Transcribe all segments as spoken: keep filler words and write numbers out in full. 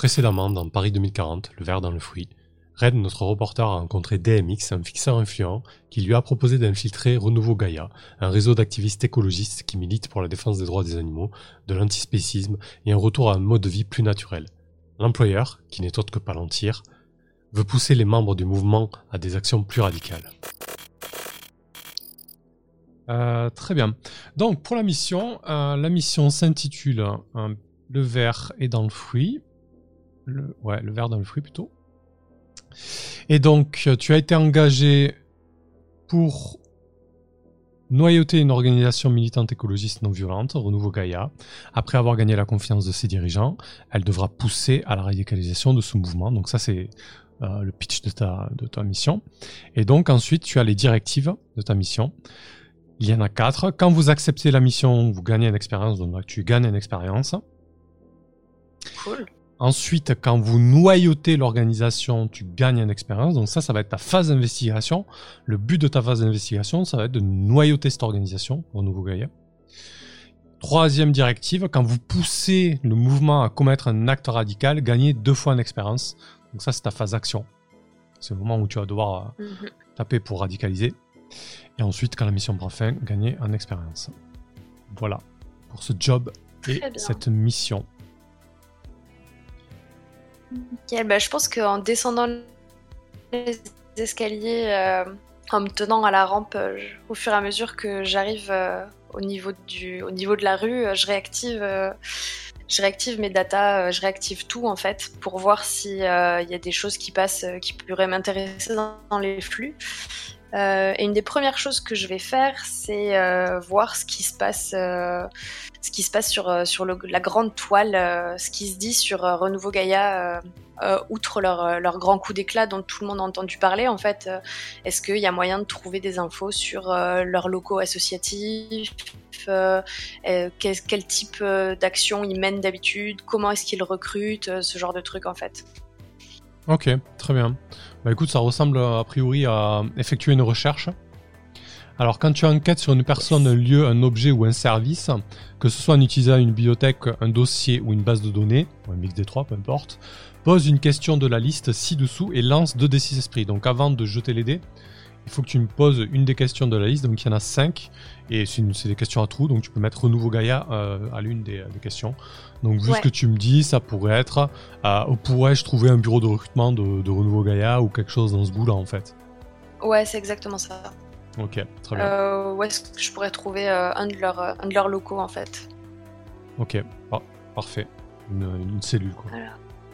Précédemment, dans Paris deux mille quarante, le ver dans le fruit, Red, notre reporter, a rencontré D M X, un fixeur influent, qui lui a proposé d'infiltrer Renouveau Gaïa, un réseau d'activistes écologistes qui militent pour la défense des droits des animaux, de l'antispécisme et un retour à un mode de vie plus naturel. L'employeur, qui n'est autre que Palantir, veut pousser les membres du mouvement à des actions plus radicales. Euh, très bien. Donc pour la mission, euh, la mission s'intitule euh, Le ver est dans le fruit. Le, ouais, le ver dans le fruit plutôt. Et donc tu as été engagé pour noyauter une organisation militante écologiste non violente, Renouveau Gaïa. Après avoir gagné la confiance de ses dirigeants, elle devra pousser à la radicalisation de ce mouvement. Donc ça c'est euh, le pitch de ta, de ta mission. Et donc ensuite tu as les directives de ta mission. Il y en a quatre. Quand vous acceptez la mission, vous gagnez une expérience, donc tu gagnes une expérience. Cool. Ensuite, quand vous noyautez l'organisation, tu gagnes une expérience. Donc ça, ça va être ta phase d'investigation. Le but de ta phase d'investigation, ça va être de noyauter cette organisation, Renouveau Gaïa. Troisième directive, quand vous poussez le mouvement à commettre un acte radical, gagnez deux fois une expérience. Donc ça, c'est ta phase action. C'est le moment où tu vas devoir euh, mm-hmm. taper pour radicaliser. Et ensuite, quand la mission prend fin, gagner en expérience. Voilà, pour ce job et cette mission. Nickel, bah, je pense qu'en descendant les escaliers, euh, en me tenant à la rampe, euh, au fur et à mesure que j'arrive euh, au, niveau du, au niveau de la rue, euh, je réactive... Euh, Je réactive mes datas, je réactive tout en fait pour voir s'il euh, y a des choses qui passent euh, qui pourraient m'intéresser dans, dans les flux. Euh, et une des premières choses que je vais faire, c'est euh, voir ce qui se passe, euh, ce qui se passe sur, euh, sur le, la grande toile, euh, ce qui se dit sur euh, Renouveau Gaïa, euh, euh, outre leur, leur grand coup d'éclat dont tout le monde a entendu parler. En fait, euh, est-ce qu'il y a moyen de trouver des infos sur euh, leurs locaux associatifs, euh, euh, quel, quel type euh, d'action ils mènent d'habitude, comment est-ce qu'ils recrutent, euh, ce genre de trucs en fait. Ok, très bien. Bah écoute, ça ressemble a priori à effectuer une recherche. Alors quand tu enquêtes sur une personne, un lieu, un objet ou un service, que ce soit en utilisant une bibliothèque, un dossier ou une base de données, ou un mix des trois, peu importe, pose une question de la liste ci-dessous et lance deux dés six esprits. Donc avant de jeter les dés, il faut que tu me poses une des questions de la liste, donc il y en a cinq, et c'est, une, c'est des questions à trous, donc tu peux mettre Renouveau Gaïa euh, à l'une des, des questions. Donc vu ouais. ce que tu me dis, ça pourrait être, euh, où pourrais-je trouver un bureau de recrutement de, de Renouveau Gaïa ou quelque chose dans ce goût-là en fait. Ouais, c'est exactement ça. Ok, très bien. Euh, où est-ce que je pourrais trouver euh, un, de leurs, un de leurs locaux en fait. Ok, ah, parfait. Une, une cellule quoi. Voilà.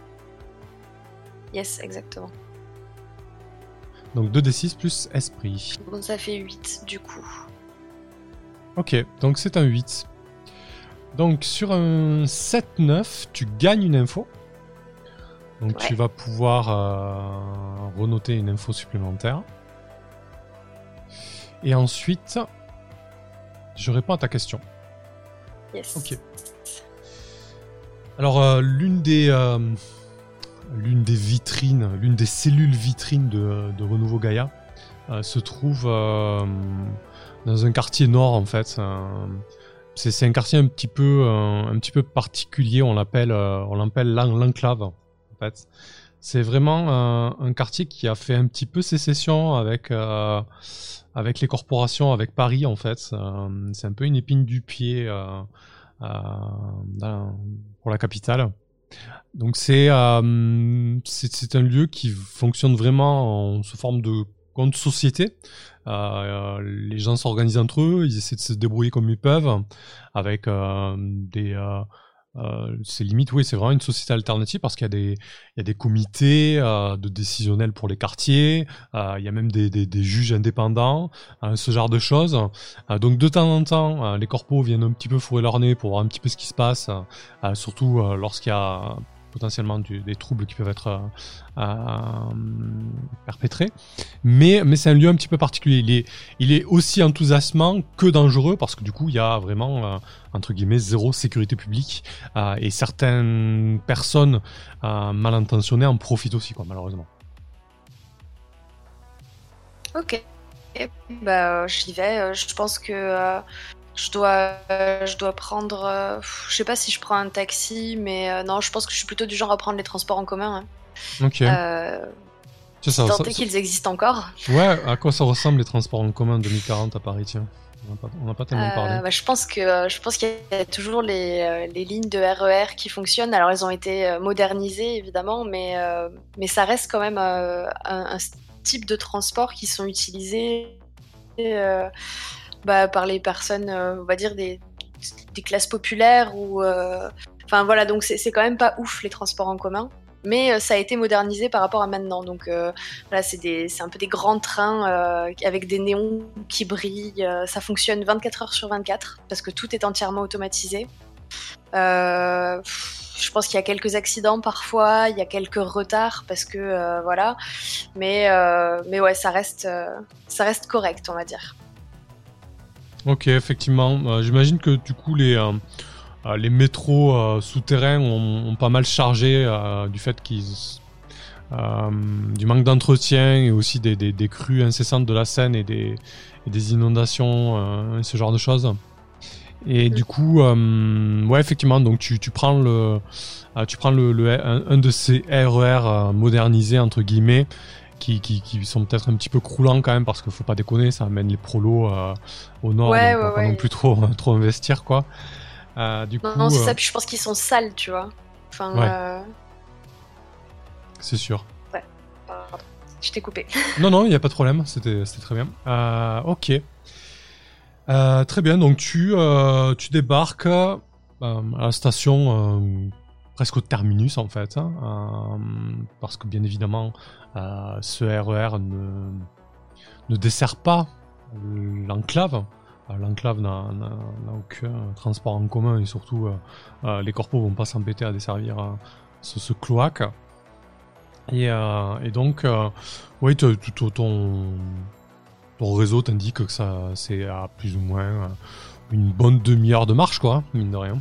Yes, exactement. Donc deux dés six plus esprit. Bon, ça fait huit du coup. Ok, donc c'est un huit. Donc sur un sept neuf, tu gagnes une info. Donc ouais. tu vas pouvoir euh, renoter une info supplémentaire. Et ensuite, je réponds à ta question. Yes. Ok. Alors euh, l'une des... Euh, L'une des vitrines, l'une des cellules vitrines de, de Renouveau Gaïa euh, se trouve euh, dans un quartier nord en fait. Euh, c'est, c'est un quartier un petit peu, euh, un petit peu particulier. On l'appelle, euh, on l'appelle l'enclave en fait. C'est vraiment euh, un quartier qui a fait un petit peu sécession avec euh, avec les corporations, avec Paris en fait. Euh, c'est un peu une épine du pied euh, euh, dans, pour la capitale. Donc c'est, euh, c'est c'est un lieu qui fonctionne vraiment en sous forme de compte société. Euh, les gens s'organisent entre eux, ils essaient de se débrouiller comme ils peuvent, avec euh, des euh, euh, c'est limite, oui, c'est vraiment une société alternative parce qu'il y a des il y a des comités euh, de décisionnels pour les quartiers, euh, il y a même des des, des juges indépendants, euh, ce genre de choses. Euh, donc de temps en temps, euh, les corpos viennent un petit peu fourrer leur nez pour voir un petit peu ce qui se passe, euh, surtout euh, lorsqu'il y a potentiellement du, des troubles qui peuvent être euh, euh, perpétrés. Mais, mais c'est un lieu un petit peu particulier. Il est, il est aussi enthousiasmant que dangereux parce que du coup, il y a vraiment, euh, entre guillemets, zéro sécurité publique. Euh, et certaines personnes euh, mal intentionnées en profitent aussi, quoi, malheureusement. Ok. Et bah, j'y vais. Je pense que... Euh... Je dois, euh, je dois prendre. Euh, je sais pas si je prends un taxi, mais euh, non, je pense que je suis plutôt du genre à prendre les transports en commun. Hein. Ok. Euh, C'est si ça, tant ça, est ça- qu'ils existent encore. Ouais, à quoi ça ressemble les transports en commun en deux mille quarante à Paris, tiens? On n'a pas, on n'a pas tellement parlé. Euh, bah, je pense que euh, je pense qu'il y a toujours les, euh, les lignes de R E R qui fonctionnent. Alors, elles ont été euh, modernisées évidemment, mais euh, mais ça reste quand même euh, un, un type de transport qui sont utilisés euh, bah, par les personnes, euh, on va dire des, des classes populaires ou euh, enfin voilà. Donc c'est c'est quand même pas ouf les transports en commun. Mais euh, ça a été modernisé par rapport à maintenant. Donc euh, voilà, c'est des- c'est un peu des grands trains euh, avec des néons qui brillent. Euh, ça fonctionne vingt-quatre heures sur vingt-quatre parce que tout est entièrement automatisé. Euh, pff, je pense qu'il y a quelques accidents parfois, il y a quelques retards parce que euh, voilà. Mais, euh, mais ouais, ça reste, euh, ça reste correct, on va dire. Ok, effectivement. Euh, j'imagine que du coup, les, euh, euh, les métros euh, souterrains ont, ont pas mal chargé euh, du fait qu'ils. Euh, du manque d'entretien et aussi des, des, des crues incessantes de la Seine et des, et des inondations, euh, ce genre de choses. Et Mm. du coup, euh, ouais, effectivement, donc tu, tu prends le, euh, tu prends le, le un, un de ces R E R euh, modernisés entre guillemets, qui, qui, qui sont peut-être un petit peu croulants quand même parce qu'il faut pas déconner, ça amène les prolos euh, au nord, Ouais, donc on va ouais, pas non ouais. plus trop trop investir quoi. Euh, du Non, non, coup, c'est euh, ça. Puis je pense qu'ils sont sales, tu vois. Enfin, ouais, euh, c'est sûr. ouais. Pardon, je t'ai coupé. Non, non, il y a pas de problème, c'était c'était très bien. Euh, ok. Euh, très bien, donc tu, euh, tu débarques euh, à la station euh, presque au terminus en fait, hein, euh, parce que bien évidemment euh, ce R E R ne, ne dessert pas l'enclave. Euh, L'enclave n'a n'a- n'a aucun transport en commun et surtout euh, euh, les corpos vont pas s'embêter à desservir euh, ce, ce cloaque. Et, euh, et donc, euh, oui, t- t- t- ton, ton réseau t'indique que ça c'est à plus ou moins euh, une bonne demi-heure de marche, quoi, mine de rien.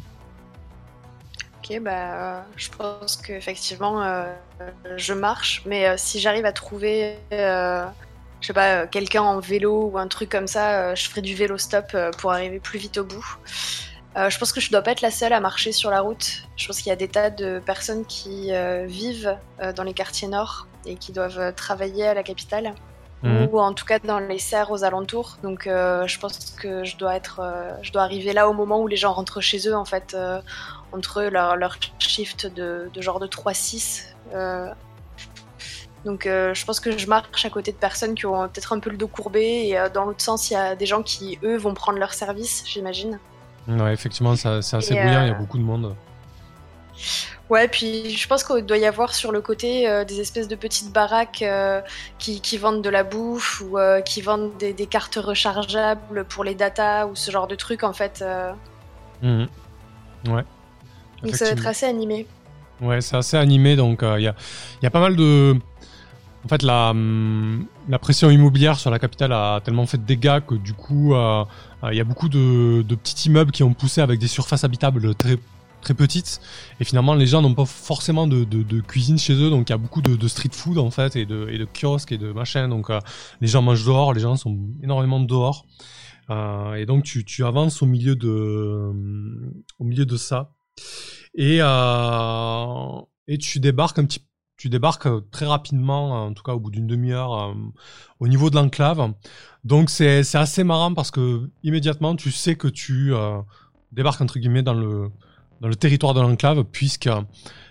Ok, bah, euh, je pense qu'effectivement, euh, je marche, mais euh, si j'arrive à trouver, euh, je sais pas, euh, quelqu'un en vélo ou un truc comme ça, euh, je ferai du vélo stop euh, pour arriver plus vite au bout. Euh, je pense que je dois pas être la seule à marcher sur la route. Je pense qu'il y a des tas de personnes qui euh, vivent euh, dans les quartiers nord et qui doivent euh, travailler à la capitale. Mhm. Ou en tout cas dans les serres aux alentours. Donc euh, je pense que je dois être, euh, je dois arriver là au moment où les gens rentrent chez eux en fait, euh, entre eux, leur, leur shift de, de genre de trois six. Euh, donc euh, je pense que je marche à côté de personnes qui ont peut-être un peu le dos courbé et euh, dans l'autre sens il y a des gens qui eux vont prendre leur service, j'imagine. Ouais, effectivement, ça- c'est assez Et bruyant, il y a euh, beaucoup de monde. ouais, puis je pense qu'il doit y avoir sur le côté euh, des espèces de petites baraques euh, qui, qui vendent de la bouffe ou euh, qui vendent des, des cartes rechargeables pour les datas ou ce genre de trucs en fait. euh. Mhm. Ouais, Donc ça va être effectivement. assez animé. Ouais, c'est assez animé, donc euh, il y, a, il y a pas mal de... En fait, la, hum, la pression immobilière sur la capitale a tellement fait de dégâts que du coup, euh, euh, il y a beaucoup de, de petits immeubles qui ont poussé avec des surfaces habitables très, très petites. Et finalement, les gens n'ont pas forcément de, de, de cuisine chez eux, donc il y a beaucoup de, de street food en fait, et de, et de kiosques et de machins. Donc euh, les gens mangent dehors, les gens sont énormément dehors. Euh, et donc tu, tu avances au milieu de, au milieu de ça. Et, euh, et tu débarques un petit tu débarques très rapidement, en tout cas au bout d'une demi-heure, euh, au niveau de l'enclave. Donc c'est c'est assez marrant parce que immédiatement tu sais que tu euh, débarques entre guillemets dans le dans le territoire de l'enclave puisque euh,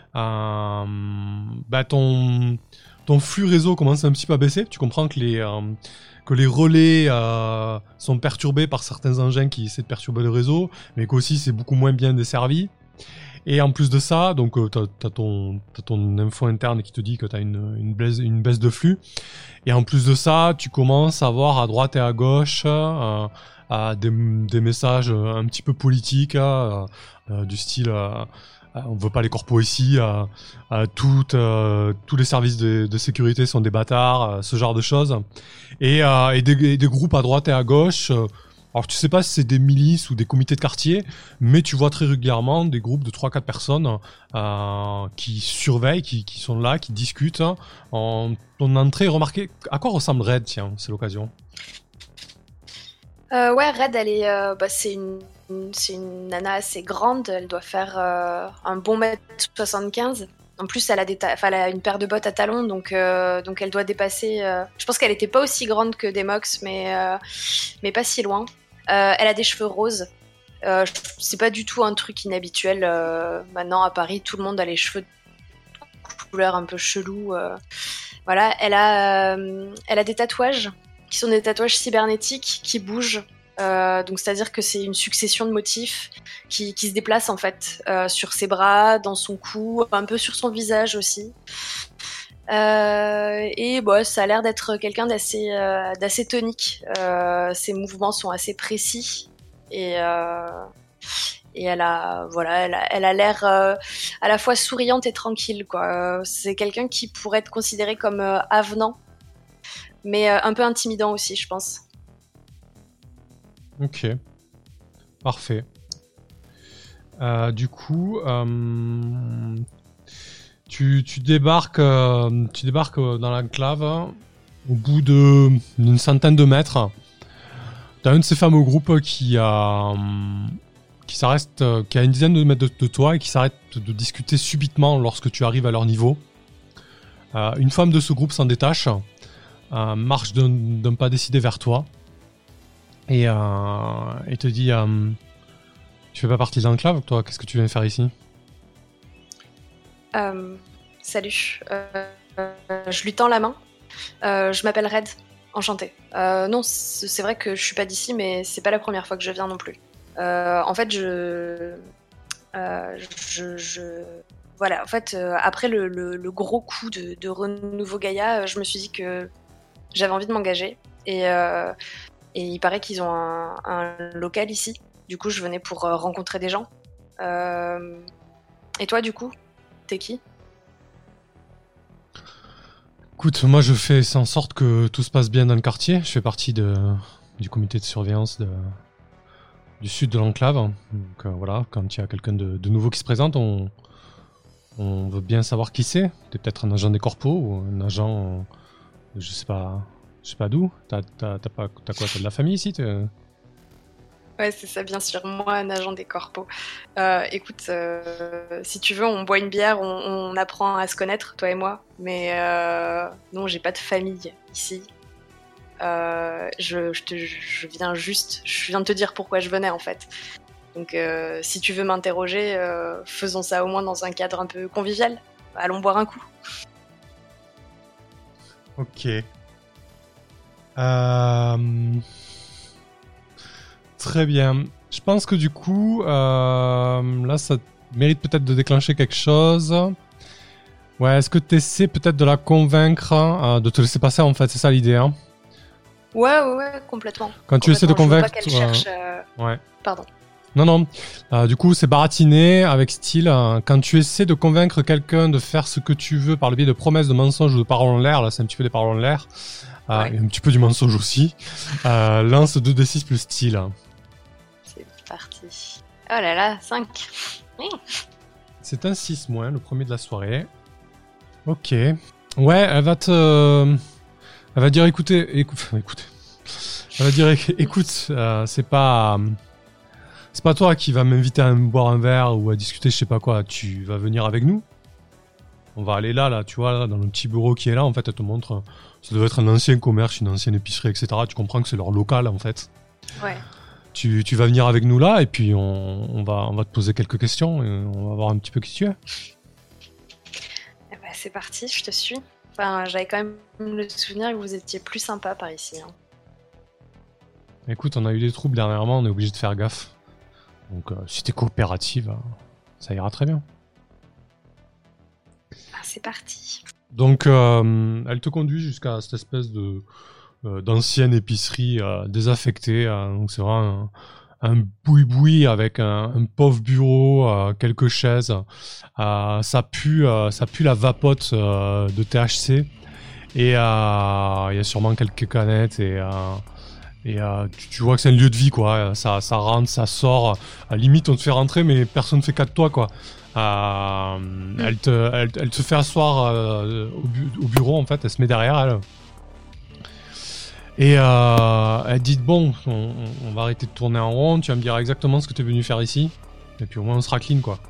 bah, ton ton flux réseau commence un petit peu à baisser. Tu comprends que les euh, que les relais euh, sont perturbés par certains engins qui essaient de perturber le réseau, mais qu'aussi c'est beaucoup moins bien desservi. Et en plus de ça, donc euh, t'as, t'as ton t'as ton info interne qui te dit que t'as une une baisse une baisse de flux. Et en plus de ça, tu commences à voir à droite et à gauche euh, à des des messages un petit peu politiques euh, euh, du style euh, euh, on veut pas les corpos ici, euh, euh, toutes, euh, tous les services de, de sécurité sont des bâtards, euh, ce genre de choses. Et, euh, et, des, et des groupes à droite et à gauche. Euh, alors tu sais pas si c'est des milices ou des comités de quartier, mais tu vois très régulièrement des groupes de trois quatre personnes euh, qui surveillent, qui, qui sont là, qui discutent. En ton entrée, remarquez à quoi ressemble Red, tiens, c'est l'occasion. Euh, ouais, Red, elle est, euh, bah, c'est une, une- c'est une nana assez grande. Elle doit faire euh, un bon mètre soixante-quinze. En plus, elle a, des ta- enfin, elle a une paire de bottes à talons, donc, euh, donc elle doit dépasser. euh, Je pense qu'elle était pas aussi grande que Demox, mais, euh, mais pas si loin. Euh, elle a des cheveux roses. Euh, je- c'est pas du tout un truc inhabituel. euh, Maintenant, à Paris, tout le monde a les cheveux de couleur un peu chelou. euh. Voilà, elle a, euh, elle a des tatouages qui sont des tatouages cybernétiques qui bougent. Euh, donc c'est-à-dire que c'est une succession de motifs qui, qui se déplacent en fait euh, sur ses bras, dans son cou, un peu sur son visage aussi. Euh, et bon, ça a l'air d'être quelqu'un d'assez, euh, d'assez tonique. Euh, ses mouvements sont assez précis et, euh, et elle a, voilà, elle a, elle a l'air euh, à la fois souriante et tranquille, quoi. Euh, C'est quelqu'un qui pourrait être considéré comme euh, avenant, mais euh, un peu intimidant aussi, je pense. Ok, parfait. Euh, du coup, euh, tu, tu débarques, euh, tu débarques euh, dans l'enclave au bout de, d'une centaine de mètres. T'as un de ces fameux groupes qui a, qui s'arrête, euh, qui a une dizaine de mètres de, de toi et qui s'arrête de discuter subitement lorsque tu arrives à leur niveau. Euh, une femme de ce groupe s'en détache, euh, marche d'un, d'un pas décidé vers toi et, euh, et te dit euh, tu fais pas partie de l'enclave, toi, qu'est-ce que tu viens faire ici? Euh, salut. Euh, euh, je lui tends la main. Euh, je m'appelle Red. Enchantée. Euh, non, c'est c'est vrai que je suis pas d'ici, mais c'est pas la première fois que je viens non plus. Euh, en fait, je, euh, je, je- voilà. En fait, euh, après le, le- le gros coup de, de Renouveau Gaïa, euh, je me suis dit que j'avais envie de m'engager. Et, euh, et il paraît qu'ils ont un, un local ici. Du coup, je venais pour euh, rencontrer des gens. Euh, et toi, du coup, t'es qui? Écoute, moi je fais en sorte que tout se passe bien dans le quartier. Je fais partie de, du comité de surveillance de, du sud de l'enclave. Donc euh, voilà, quand il y a quelqu'un de, de nouveau qui se présente, on, on veut bien savoir qui c'est. T'es peut-être un agent des corpos ou un agent, euh, je sais pas, je sais pas d'où. T'as, t'as, t'as, pas, t'as quoi? T'as de la famille ici? T'es- Ouais, c'est ça, bien sûr. Moi, un agent des corpos. Euh, écoute, euh, si tu veux, on boit une bière, on, on apprend à se connaître, toi et moi. Mais euh, non, j'ai pas de famille ici. Euh, je, je, te- je viens juste, je viens de te dire pourquoi je venais en fait. Donc, euh, si tu veux m'interroger, euh, faisons ça au moins dans un cadre un peu convivial. Allons boire un coup. Ok. Euh... Très bien. Je pense que du coup, euh, là, ça mérite peut-être de déclencher quelque chose. Ouais, est-ce que tu essaies peut-être de la convaincre euh, de te laisser passer, en fait, c'est ça l'idée, hein? Ouais, ouais, ouais, complètement. Quand tu essaies de Complètement. Je veux convaincre... pas qu'elle euh, cherche. euh, Ouais. Pardon. Non, non. Euh, du coup, c'est baratiné, avec style. euh, quand tu essaies de convaincre quelqu'un de faire ce que tu veux par le biais de promesses, de mensonges ou de paroles en l'air, là, c'est un petit peu des paroles en l'air, euh, Ouais. et un petit peu du mensonge aussi, euh, lance deux d six plus style. C'est parti. Oh là là, cinq. Oui. C'est un six moins, le premier de la soirée. Ok. Ouais, elle va te... Elle va dire, écoutez... Écoute... écoutez. Elle va dire, écoute, euh, c'est pas... C'est pas toi qui va m'inviter à boire un verre ou à discuter, je sais pas quoi. Tu vas venir avec nous. On va aller là, là, tu vois, là, dans le petit bureau qui est là. En fait, elle te montre... Ça doit être un ancien commerce, une ancienne épicerie, et cetera. Tu comprends que c'est leur local, en fait. Ouais. Tu, tu vas venir avec nous là, et puis on, on, va, on va te poser quelques questions, et on va voir un petit peu qui tu es. Eh ben, c'est parti, je te suis. Enfin, j'avais quand même le souvenir que vous étiez plus sympa par ici. Hein. Écoute, on a eu des troubles dernièrement, on est obligé de faire gaffe. Donc, euh, si t'es coopérative, euh, ça ira très bien. Ah, c'est parti. Donc, euh, elle te conduit jusqu'à cette espèce de euh, d'ancienne épicerie euh, désaffectée. Euh, donc, c'est vraiment un, un boui-boui avec un, un pauvre bureau, euh, quelques chaises. Euh, ça pue, euh, ça pue la vapote euh, de T H C. Et euh, il y a sûrement quelques canettes et euh, Et euh, tu, tu vois que c'est un lieu de vie, quoi. Ça, ça rentre, ça sort. À la limite, on te fait rentrer, mais personne ne fait cas de toi, quoi. Euh, mm. elle, te, elle, elle te fait asseoir euh, au, bu- au bureau, en fait. Elle se met derrière elle. Et euh, elle dit bon, on, on va arrêter de tourner en rond, tu vas me dire exactement ce que tu es venu faire ici, et puis au moins on sera clean quoi.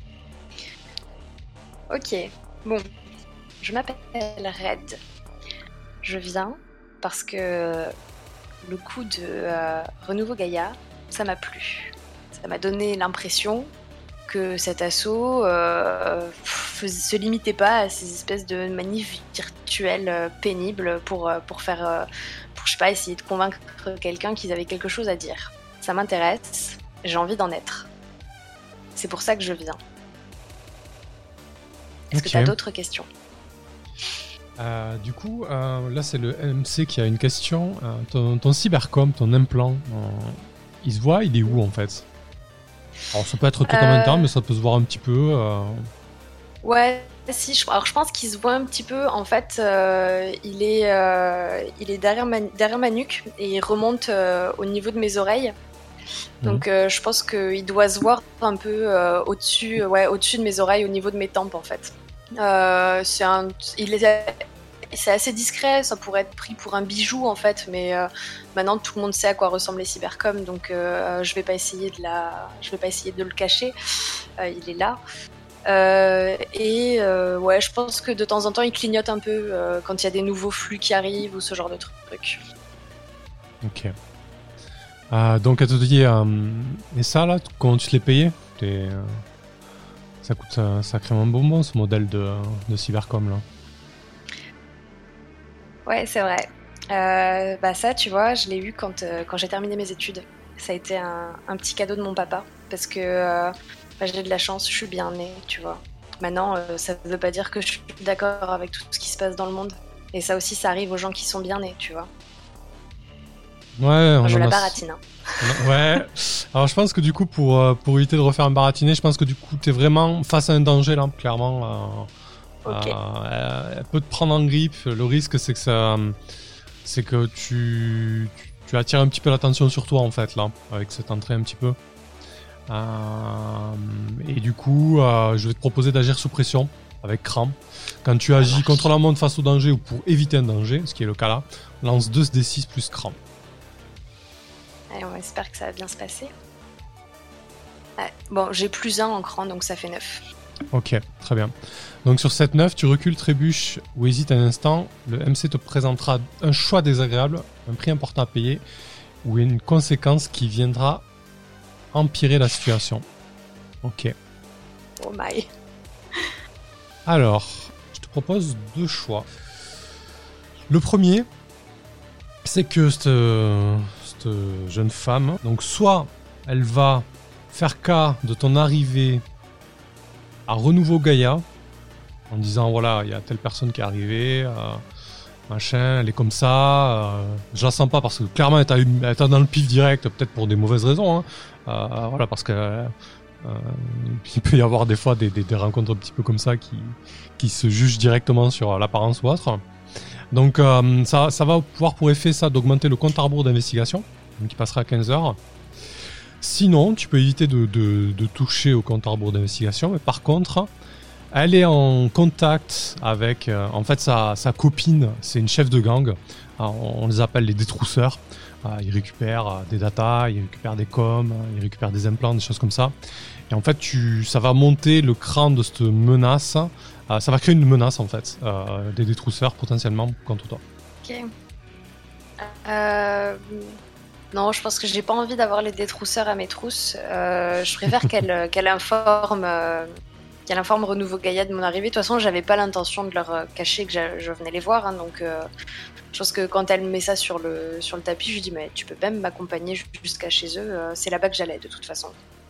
Ok, bon, je m'appelle Red. Je viens parce que le coup de euh, Renouveau Gaïa, ça m'a plu. Ça m'a donné l'impression que cet assaut euh, fais- se limitait pas à ces espèces de manifs virtuels euh, pénibles pour, euh, pour faire, euh, pour je sais pas, essayer de convaincre quelqu'un qu'ils avaient quelque chose à dire. Ça m'intéresse, j'ai envie d'en être. C'est pour ça que je viens. Est-ce Ok. que tu as d'autres questions? Euh, du coup, euh, là c'est le M C qui a une question. Euh, ton, ton cybercom, ton implant, euh, il se voit, il est où en fait? Alors ça peut être tout en même temps, Euh, mais ça peut se voir un petit peu. Euh... Ouais, si. Je, alors je pense qu'il se voit un petit peu. En fait, euh, il est, euh, il est derrière ma, derrière ma nuque et il remonte euh, au niveau de mes oreilles. Mhm. Donc euh, je pense qu'il doit se voir un peu euh, au-dessus, ouais, au-dessus de mes oreilles, au niveau de mes tempes en fait. Euh, c'est un, il est, c'est assez discret. Ça pourrait être pris pour un bijou en fait, mais euh, maintenant tout le monde sait à quoi ressemblent les cybercoms, donc euh, je vais pas essayer de la, je vais pas essayer de le cacher. Euh, il est là. Euh, et euh, ouais, je pense que de temps en temps, il clignote un peu euh, quand il y a des nouveaux flux qui arrivent ou ce genre de trucs. Ok. Euh, donc elle te dit, euh, et ça là, comment tu te l'es payé? T'es, euh, Ça coûte euh, sacrément bonbon ce modèle de, de cybercom là. Ouais, c'est vrai. Euh, bah ça, tu vois, je l'ai eu quand, euh, quand j'ai terminé mes études. Ça a été un, un petit cadeau de mon papa parce que euh, bah, j'ai de la chance, je suis bien née, tu vois. Maintenant, euh, ça veut pas dire que je suis d'accord avec tout ce qui se passe dans le monde. Et ça aussi, ça arrive aux gens qui sont bien nés, tu vois. Ouais, on Je en la a. baratine, hein. on a- Ouais. Alors je pense que du coup, pour, euh, pour éviter de refaire un baratiné, je pense que du coup, t'es vraiment face à un danger là, clairement. Euh, Ok. euh, elle peut te prendre en grippe. Le risque, c'est que ça, c'est que tu, tu, tu attires un petit peu l'attention sur toi en fait là, avec cette entrée un petit peu. Euh, et du coup, euh, je vais te proposer d'agir sous pression avec cran. Quand tu agis marche. contre la montre face au danger ou pour éviter un danger, ce qui est le cas là, lance deux d six plus cran. Allez, on espère que ça va bien se passer. Ouais. Bon, j'ai plus un en cran, donc ça fait neuf. Ok, très bien. Donc sur cette neuf, tu recules, trébuches ou hésites un instant. Le M C te présentera un choix désagréable, un prix important à payer ou une conséquence qui viendra empirer la situation. Ok. Oh my. Alors, je te propose deux choix. Le premier, c'est que cette, cette jeune femme, donc soit elle va faire cas de ton arrivée à Renouveau Gaïa, en disant voilà, il y a telle personne qui est arrivée, euh, machin, elle est comme ça, euh, je la sens pas parce que clairement elle t'a, eu- elle t'a dans le pif direct, peut-être pour des mauvaises raisons, hein. Euh, voilà, parce que euh, il peut y avoir des fois des, des, des rencontres un petit peu comme ça qui, qui se jugent directement sur l'apparence ou autre. Donc euh, ça, ça va pouvoir pour effet ça d'augmenter le compte à rebours d'investigation, donc qui passera à quinze heures. Sinon, tu peux éviter de, de, de toucher au compte à rebours d'investigation, mais par contre, elle est en contact avec, euh, en fait, sa, sa copine, c'est une chef de gang. Alors, on les appelle les détrousseurs. Euh, ils récupèrent euh, des datas, ils récupèrent des coms, ils récupèrent des implants, des choses comme ça. Et en fait, tu, ça va monter le cran de cette menace. Euh, ça va créer une menace, en fait, euh, des détrousseurs potentiellement contre toi. Ok. Euh... Non, je pense que j'ai pas envie d'avoir les détrousseurs à mes trousses. Euh, je préfère qu'elle qu'elle informe, euh, qu'elle informe Renouveau Gaïa de mon arrivée. De toute façon, j'avais pas l'intention de leur euh, cacher que je, je venais les voir, hein, donc euh, je pense que quand elle met ça sur le sur le tapis, je lui dis mais tu peux même m'accompagner jusqu'à chez eux. Euh, c'est là-bas que j'allais de toute façon.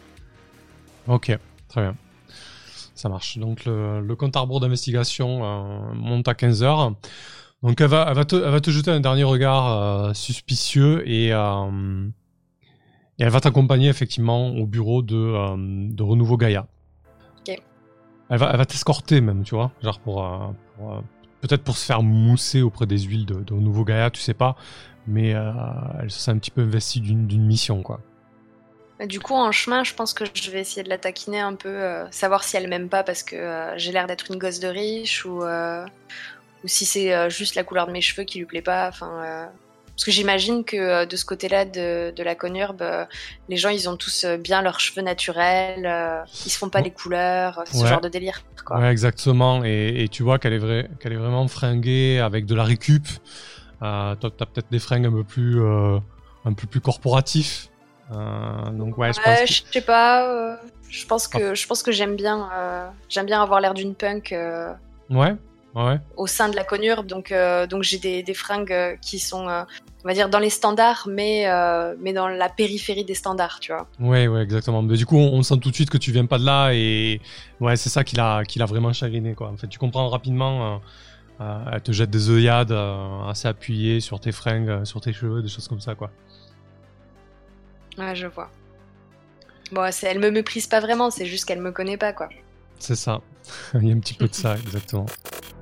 Ok, très bien. Ça marche. Donc le, le compte à rebours d'investigation euh, monte à quinze heures. Donc elle va, elle va, te, elle va te jeter un dernier regard euh, suspicieux et, euh, et elle va t'accompagner effectivement au bureau de, euh, de Renouveau Gaïa. Ok. Elle va, elle va t'escorter même, tu vois, genre pour, euh, pour euh, peut-être pour se faire mousser auprès des huiles de, de Renouveau Gaïa, tu sais pas, mais euh, elle se sent un petit peu investie d'une, d'une mission, quoi. Du coup, en chemin, je pense que je vais essayer de la taquiner un peu, euh, savoir si elle m'aime pas parce que euh, j'ai l'air d'être une gosse de riche ou, euh, ou si c'est euh, juste la couleur de mes cheveux qui lui plaît pas. Enfin, euh, Parce que j'imagine que euh, de ce côté-là de, de la Conurbe, euh, les gens, ils ont tous euh, bien leurs cheveux naturels, euh, ils se font pas Ouais. les couleurs, ce Ouais. genre de délire, quoi. Ouais, exactement. Et, et tu vois qu'elle est, vrai, qu'elle est vraiment fringuée avec de la récup. Euh, toi, t'as peut-être des fringues un peu plus, euh, un peu plus corporatifs. Euh, donc ouais, je pense. Ouais, Que... je sais pas. euh, je pense que je pense que j'aime bien, euh, j'aime bien avoir l'air d'une punk euh, Ouais, ouais, au sein de la Conurbe. Donc euh, donc j'ai des, des fringues euh, qui sont, euh, on va dire, dans les standards, mais euh, mais dans la périphérie des standards, tu vois. ouais, ouais, exactement. Mais du coup, on, on sent tout de suite que tu viens pas de là, et ouais, c'est ça qui l'a, qui l'a vraiment chagriné, quoi. En fait, tu comprends rapidement. Euh, euh, elle te jette des œillades euh, assez appuyées sur tes fringues, euh, sur tes cheveux, des choses comme ça, quoi. Ouais, je vois. Bon, c'est, elle me méprise pas vraiment, c'est juste qu'elle me connaît pas, quoi. C'est ça. Il y a un petit peu de ça, exactement.